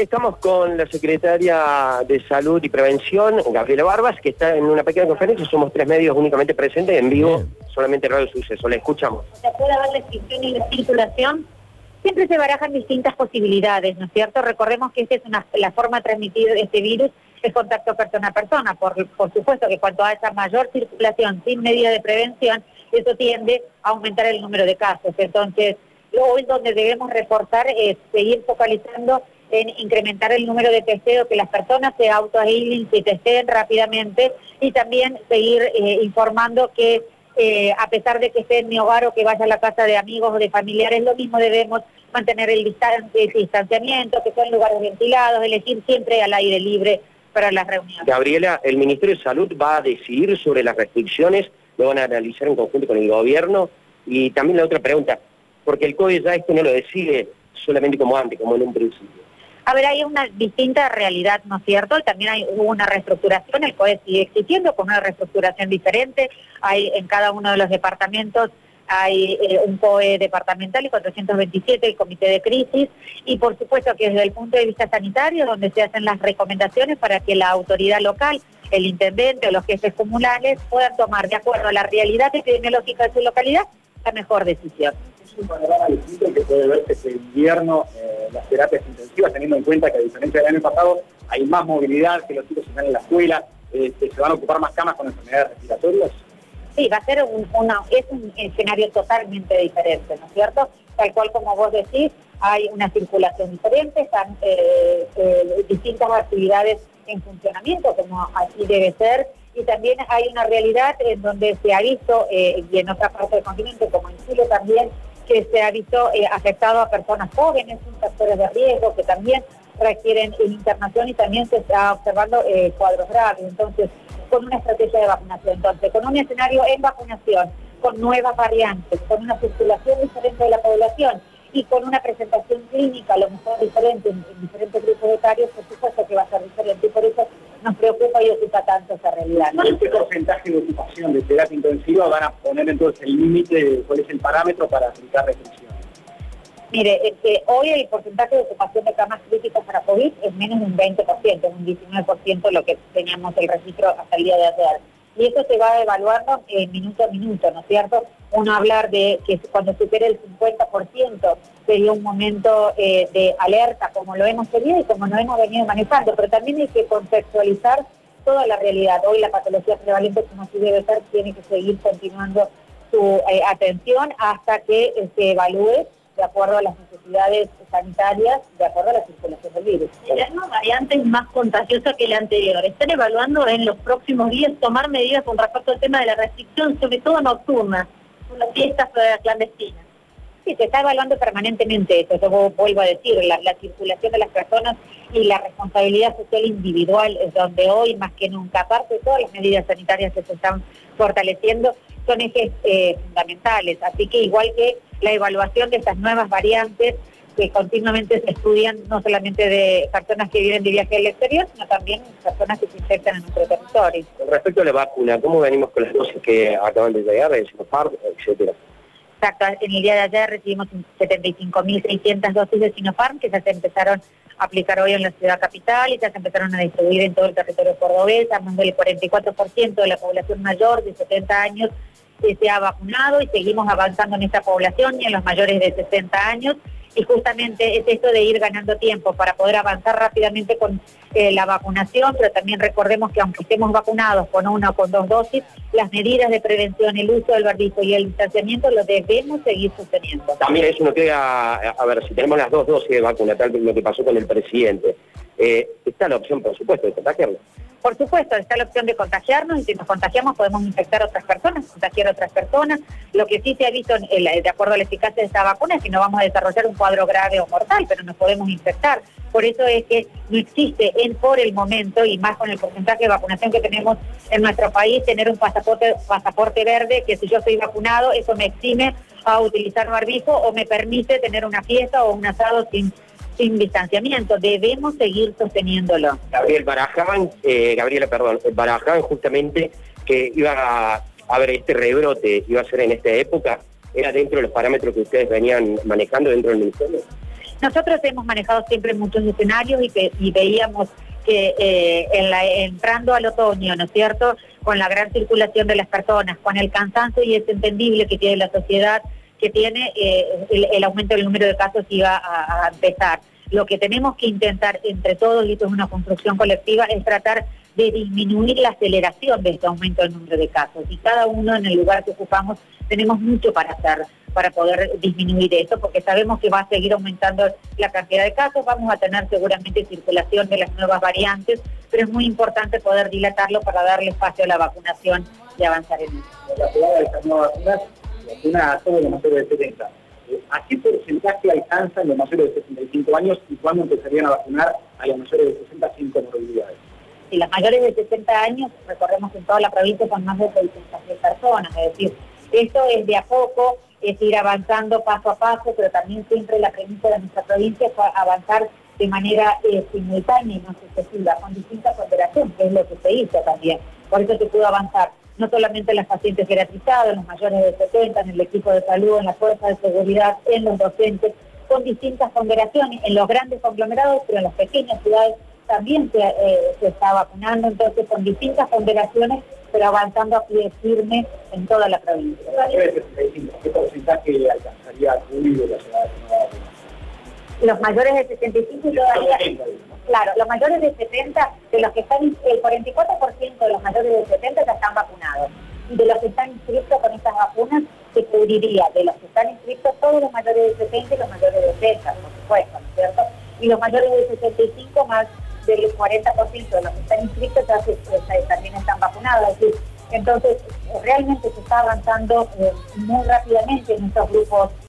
Estamos con la secretaria de Salud y Prevención, Gabriela Barbas, que está en una pequeña conferencia. Somos 3 medios únicamente presentes en vivo, solamente Radio Suceso. La escuchamos. Se puede haber restricción y circulación. Siempre se barajan distintas posibilidades, ¿no es cierto? Recordemos que esta es la forma de transmitir este virus, es contacto persona a persona. Por supuesto que cuanto haya mayor circulación sin medida de prevención, eso tiende a aumentar el número de casos. Entonces, hoy donde debemos reforzar es seguir focalizando en incrementar el número de testeo, que las personas se autoaíslen, se testeen rápidamente, y también seguir informando que a pesar de que esté en mi hogar o que vaya a la casa de amigos o de familiares, lo mismo debemos mantener el distanciamiento, que sean lugares ventilados, elegir siempre al aire libre para las reuniones. Gabriela, el Ministerio de Salud va a decidir sobre las restricciones, lo van a analizar en conjunto con el gobierno. Y también la otra pregunta, porque el COVID ya esto no lo decide solamente como antes, como en un principio. A ver, hay una distinta realidad, ¿no es cierto? También hubo una reestructuración, el COE sigue existiendo con una reestructuración diferente. Hay en cada uno de los departamentos, hay un COE departamental y 427, el comité de crisis, y por supuesto que desde el punto de vista sanitario, donde se hacen las recomendaciones para que la autoridad local, el intendente o los jefes comunales puedan tomar, de acuerdo a la realidad epidemiológica de su localidad, la mejor decisión. Es un panorama distinto que puede verse este invierno, las terapias intensivas, teniendo en cuenta que a diferencia del año pasado hay más movilidad, que los chicos están en la escuela, se van a ocupar más camas con enfermedades respiratorias. Sí, va a ser un escenario totalmente diferente, ¿no es cierto? Tal cual como vos decís, hay una circulación diferente, están distintas actividades en funcionamiento, como así debe ser, y también hay una realidad en donde se ha visto, y en otra parte del continente, como en Chile también, que se ha visto afectado a personas jóvenes, factores de riesgo que también requieren internación, y también se está observando cuadros graves. Entonces, con una estrategia de vacunación, entonces con un escenario en vacunación, con nuevas variantes, con una circulación diferente de la población y con una presentación clínica a lo mejor diferente en diferentes grupos etarios, por supuesto que va a ser diferente, y por eso nos preocupa y ocupa tanto esa realidad, ¿no? ¿Qué porcentaje de ocupación de terapia intensiva van a poner entonces el límite, cuál es el parámetro para aplicar restricciones? Mire, hoy el porcentaje de ocupación de camas críticas para COVID es menos de un 20%, es un 19% lo que teníamos el registro hasta el día de ayer. Y eso se va evaluando minuto a minuto, ¿no es cierto? Uno hablar de que cuando supere el 50% sería un momento de alerta, como lo hemos tenido y como lo hemos venido manejando, pero también hay que contextualizar toda la realidad. Hoy la patología prevalente, como así debe ser, tiene que seguir continuando su atención hasta que se evalúe de acuerdo a las necesidades sanitarias, de acuerdo a la circulación del virus. La nueva variante es más contagiosa que la anterior. Están evaluando en los próximos días tomar medidas con respecto al tema de la restricción, sobre todo nocturna, con las fiestas clandestinas. Sí, se está evaluando permanentemente eso. Yo vuelvo a decir, la circulación de las personas y la responsabilidad social individual es donde hoy, más que nunca, aparte de todas las medidas sanitarias que se están fortaleciendo, son ejes fundamentales. Así que igual que la evaluación de estas nuevas variantes que continuamente se estudian, no solamente de personas que viven de viaje al exterior, sino también personas que se infectan en nuestro territorio. Con respecto a la vacuna, ¿cómo venimos con las dosis que acaban de llegar, el Sinopharm, etcétera? Exacto, en el día de ayer recibimos 75.600 dosis de Sinopharm que ya se empezaron a aplicar hoy en la ciudad capital y ya se empezaron a distribuir en todo el territorio cordobés, donde el 44% de la población mayor de 70 años se ha vacunado, y seguimos avanzando en esta población y en los mayores de 60 años, y justamente es esto de ir ganando tiempo para poder avanzar rápidamente con la vacunación, pero también recordemos que aunque estemos vacunados con 1 o con 2 dosis, las medidas de prevención, el uso del barbijo y el distanciamiento lo debemos seguir sosteniendo. También eso no queda, a ver, si tenemos las 2 dosis de vacuna, tal como lo que pasó con el presidente, está la opción, por supuesto, de contagiarlo. Por supuesto, está la opción de contagiarnos, y si nos contagiamos podemos infectar a otras personas, contagiar a otras personas. Lo que sí se ha visto, de acuerdo a la eficacia de esta vacuna, es que no vamos a desarrollar un cuadro grave o mortal, pero nos podemos infectar. Por eso es que no existe por el momento, y más con el porcentaje de vacunación que tenemos en nuestro país, tener un pasaporte verde, que si yo estoy vacunado, eso me exime a utilizar barbijo o me permite tener una fiesta o un asado sin distanciamiento. Debemos seguir sosteniéndolo. Gabriela, barajaban justamente que iba a haber este rebrote, iba a ser en esta época, ¿era dentro de los parámetros que ustedes venían manejando dentro del ministerio? Nosotros hemos manejado siempre muchos escenarios y veíamos que entrando al otoño, ¿no es cierto?, con la gran circulación de las personas, con el cansancio y es entendible que tiene la sociedad, que tiene el aumento del número de casos iba a empezar. Lo que tenemos que intentar entre todos, y esto es una construcción colectiva, es tratar de disminuir la aceleración de este aumento del número de casos. Y cada uno en el lugar que ocupamos tenemos mucho para hacer, para poder disminuir esto, porque sabemos que va a seguir aumentando la cantidad de casos, vamos a tener seguramente circulación de las nuevas variantes, pero es muy importante poder dilatarlo para darle espacio a la vacunación y avanzar en eso. La pegada de estas nuevas vacunas vacuna a todos los mayores de 70. ¿A qué porcentaje alcanzan los mayores de 65 años y cuándo empezarían a vacunar a los mayores de 60 sin comorbilidades? Y las mayores de 60 años, recordemos que en toda la provincia son más de 600.000 personas, es decir, esto es de a poco, es ir avanzando paso a paso, pero también siempre la premisa de nuestra provincia fue avanzar de manera simultánea y no sucesiva, con distintas operaciones, que es lo que se hizo también. Por eso se pudo avanzar no solamente en los pacientes geriatrizados, en los mayores de 70, en el equipo de salud, en las fuerzas de seguridad, en los docentes, con distintas ponderaciones, en los grandes conglomerados, pero en las pequeñas ciudades también se está vacunando, entonces con distintas ponderaciones, pero avanzando a pie firme en toda la provincia. ¿Qué porcentaje alcanzaría a cubrir de la ciudad? Los mayores de 65 y todavía... Claro, los mayores de 70, de los que están, el 44% de los mayores de 70 ya están vacunados. Y de los que están inscritos con estas vacunas, se cubriría de los que están inscritos todos los mayores de 70 y los mayores de 60, por supuesto, ¿no es cierto? Y los mayores de 65, más del 40% de los que están inscritos ya también están vacunados. Es decir, entonces, realmente se está avanzando muy rápidamente en estos grupos